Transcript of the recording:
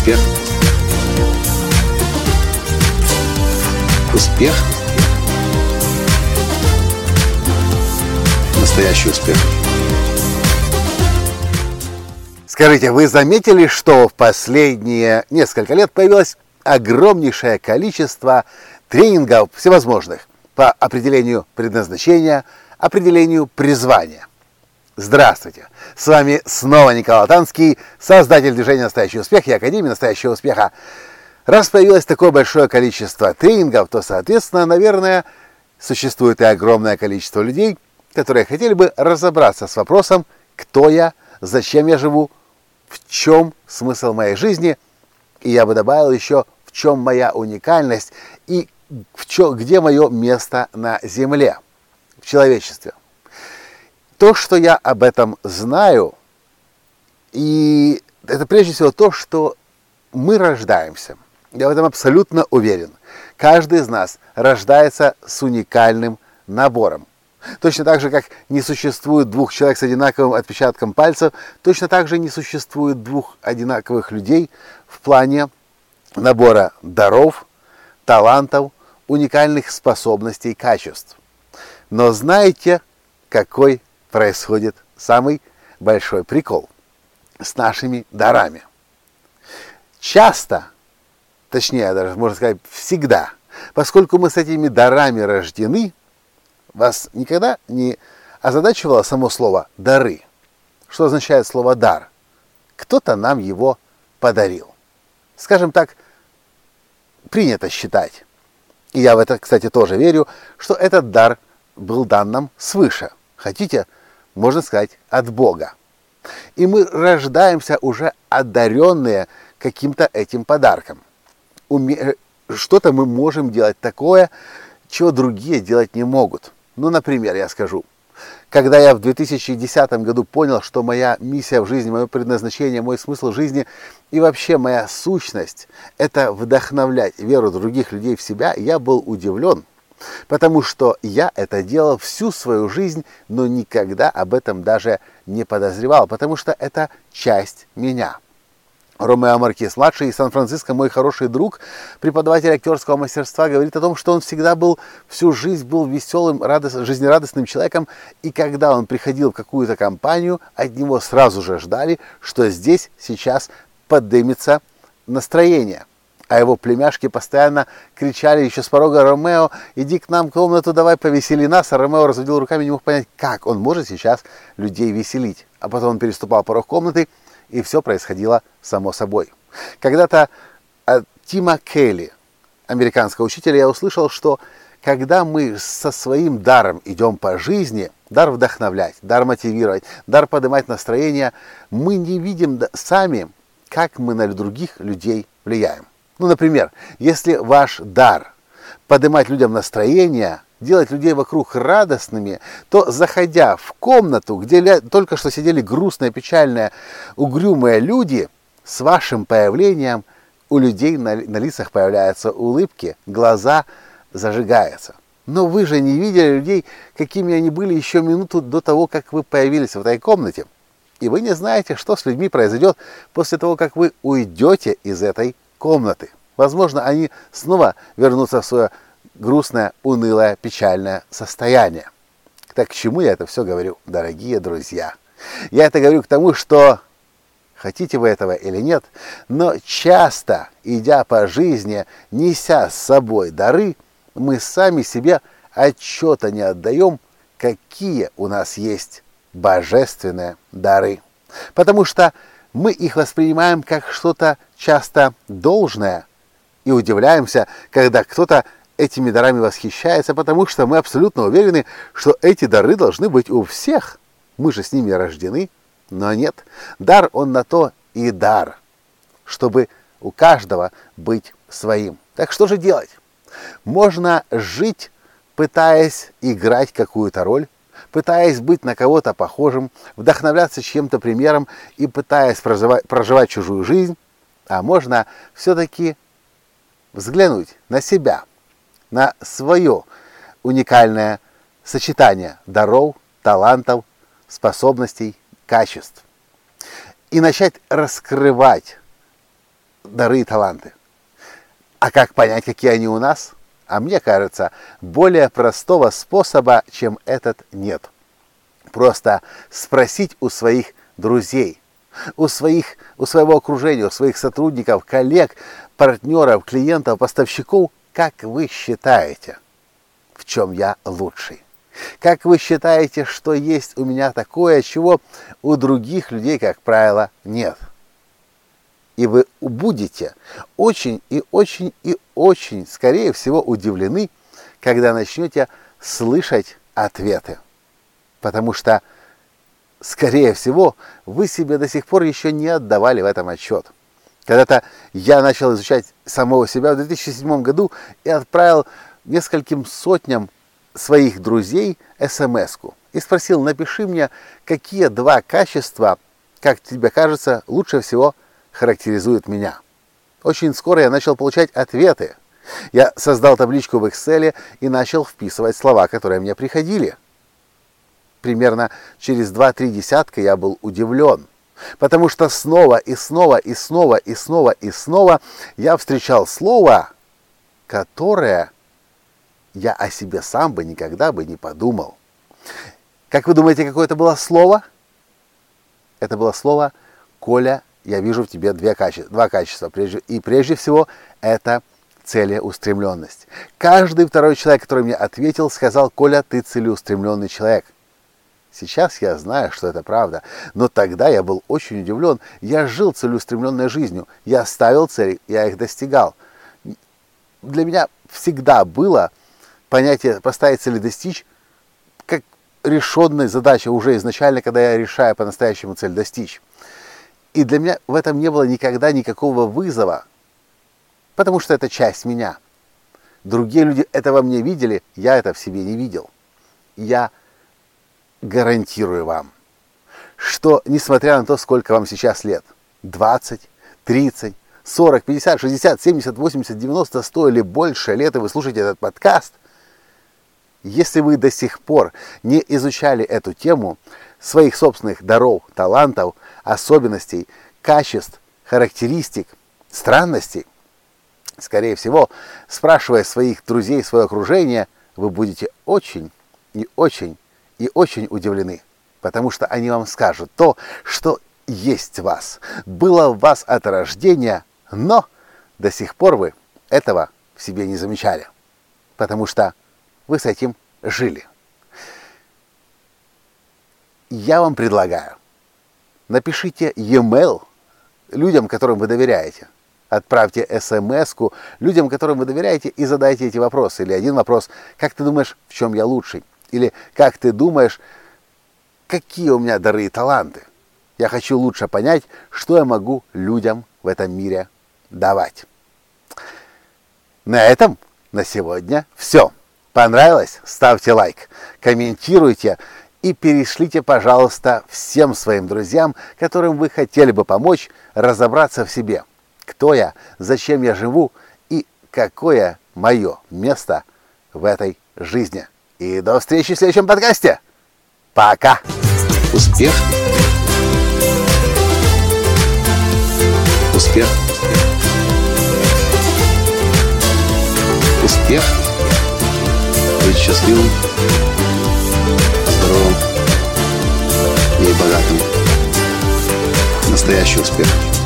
Успех. Успех. Настоящий успех. Скажите, вы заметили, что в последние несколько лет появилось огромнейшее количество тренингов всевозможных по определению предназначения, определению призвания? Здравствуйте! С вами снова Николай Латанский, создатель движения «Настоящий успех» и Академии «Настоящего успеха». Раз появилось такое большое количество тренингов, то, соответственно, наверное, существует и огромное количество людей, которые хотели бы разобраться с вопросом, кто я, зачем я живу, в чем смысл моей жизни, и я бы добавил еще, в чем моя уникальность и где мое место на Земле, в человечестве. То, что я об этом знаю, и это прежде всего то, что мы рождаемся. Я в этом абсолютно уверен. Каждый из нас рождается с уникальным набором. Точно так же, как не существует двух человек с одинаковым отпечатком пальцев, точно так же не существует двух одинаковых людей в плане набора даров, талантов, уникальных способностей и качеств. Но знаете, какой происходит самый большой прикол с нашими дарами? Часто, точнее даже можно сказать всегда, поскольку мы с этими дарами рождены, вас никогда не озадачивало само слово «дары». Что означает слово «дар»? Кто-то нам его подарил. Скажем так, принято считать, и я в это, кстати, тоже верю, что этот дар был дан нам свыше. Хотите, можно сказать, от Бога. И мы рождаемся уже одаренные каким-то этим подарком. Что-то мы можем делать такое, чего другие делать не могут. Ну, например, я скажу, когда я в 2010 году понял, что моя миссия в жизни, мое предназначение, мой смысл жизни и вообще моя сущность – это вдохновлять веру других людей в себя, я был удивлен, потому что я это делал всю свою жизнь, но никогда об этом даже не подозревал, потому что это часть меня. Ромео Маркес-младший из Сан-Франциско, мой хороший друг, преподаватель актерского мастерства, говорит о том, что он всегда всю жизнь был веселым, жизнерадостным человеком, и когда он приходил в какую-то компанию, от него сразу же ждали, что здесь сейчас поднимется настроение. А его племяшки постоянно кричали еще с порога: «Ромео, иди к нам в комнату, давай повесели нас». А Ромео разводил руками, не мог понять, как он может сейчас людей веселить. А потом он переступал порог комнаты, и все происходило само собой. Когда-то от Тима Келли, американского учителя, я услышал, что когда мы со своим даром идем по жизни, дар вдохновлять, дар мотивировать, дар поднимать настроение, мы не видим сами, как мы на других людей влияем. Ну, например, если ваш дар поднимать людям настроение, делать людей вокруг радостными, то, заходя в комнату, где только что сидели грустные, печальные, угрюмые люди, с вашим появлением у людей на лицах появляются улыбки, глаза зажигаются. Но вы же не видели людей, какими они были еще минуту до того, как вы появились в этой комнате. И вы не знаете, что с людьми произойдет после того, как вы уйдете из этой комнаты. Возможно, они снова вернутся в свое грустное, унылое, печальное состояние. Так к чему я это все говорю, дорогие друзья? Я это говорю к тому, что, хотите вы этого или нет, но часто, идя по жизни, неся с собой дары, мы сами себе отчета не отдаем, какие у нас есть божественные дары. Потому что мы их воспринимаем как что-то часто должное и удивляемся, когда кто-то этими дарами восхищается, потому что мы абсолютно уверены, что эти дары должны быть у всех. Мы же с ними рождены. Но нет. Дар, он на то и дар, чтобы у каждого быть своим. Так что же делать? Можно жить, пытаясь играть какую-то роль, пытаясь быть на кого-то похожим, вдохновляться чьим-то примером и пытаясь проживать чужую жизнь. А можно все-таки взглянуть на себя, на свое уникальное сочетание даров, талантов, способностей, качеств. И начать раскрывать дары и таланты. А как понять, какие они у нас? А мне кажется, более простого способа, чем этот, нет. Просто спросить у своих друзей, у своего окружения, у своих сотрудников, коллег, партнеров, клиентов, поставщиков, как вы считаете, в чем я лучший? Как вы считаете, что есть у меня такое, чего у других людей, как правило, нет? И вы будете очень и очень и очень, скорее всего, удивлены, когда начнете слышать ответы. Потому что, скорее всего, вы себе до сих пор еще не отдавали в этом отчет. Когда-то я начал изучать самого себя в 2007 году и отправил нескольким сотням своих друзей смс-ку. И спросил: напиши мне, какие два качества, как тебе кажется, лучше всего характеризуют меня. Очень скоро я начал получать ответы. Я создал табличку в Excel и начал вписывать слова, которые мне приходили. Примерно через 2-3 десятка я был удивлен, потому что снова и снова и снова и снова и снова я встречал слово, которое я о себе сам бы никогда бы не подумал. Как вы думаете, какое это было слово? Это было слово: Коля, я вижу в тебе два качества. И прежде всего, это целеустремленность. Каждый второй человек, который мне ответил, сказал: Коля, ты целеустремленный человек. Сейчас я знаю, что это правда, но тогда я был очень удивлен. Я жил целеустремленной жизнью, я ставил цели, я их достигал. Для меня всегда было понятие поставить цель и достичь как решенная задача уже изначально, когда я решаю по-настоящему цель достичь. И для меня в этом не было никогда никакого вызова, потому что это часть меня. Другие люди это во мне видели, я это в себе не видел. Я гарантирую вам, что несмотря на то, сколько вам сейчас лет, 20, 30, 40, 50, 60, 70, 80, 90, 100 или больше лет, и вы слушаете этот подкаст, если вы до сих пор не изучали эту тему своих собственных даров, талантов, особенностей, качеств, характеристик, странностей, скорее всего, спрашивая своих друзей, свое окружение, вы будете очень и очень и очень удивлены, потому что они вам скажут то, что есть в вас, было в вас от рождения, но до сих пор вы этого в себе не замечали, потому что вы с этим жили. Я вам предлагаю, напишите e-mail людям, которым вы доверяете. Отправьте смс-ку людям, которым вы доверяете, и задайте эти вопросы. Или один вопрос: как ты думаешь, в чем я лучший? Или как ты думаешь, какие у меня дары и таланты? Я хочу лучше понять, что я могу людям в этом мире давать. На этом на сегодня все. Понравилось? Ставьте лайк, комментируйте и перешлите, пожалуйста, всем своим друзьям, которым вы хотели бы помочь разобраться в себе. Кто я, зачем я живу и какое мое место в этой жизни. И до встречи в следующем подкасте. Пока. Успех. Успех. Успех. Быть счастливым, здоровым и богатым. Настоящий успех.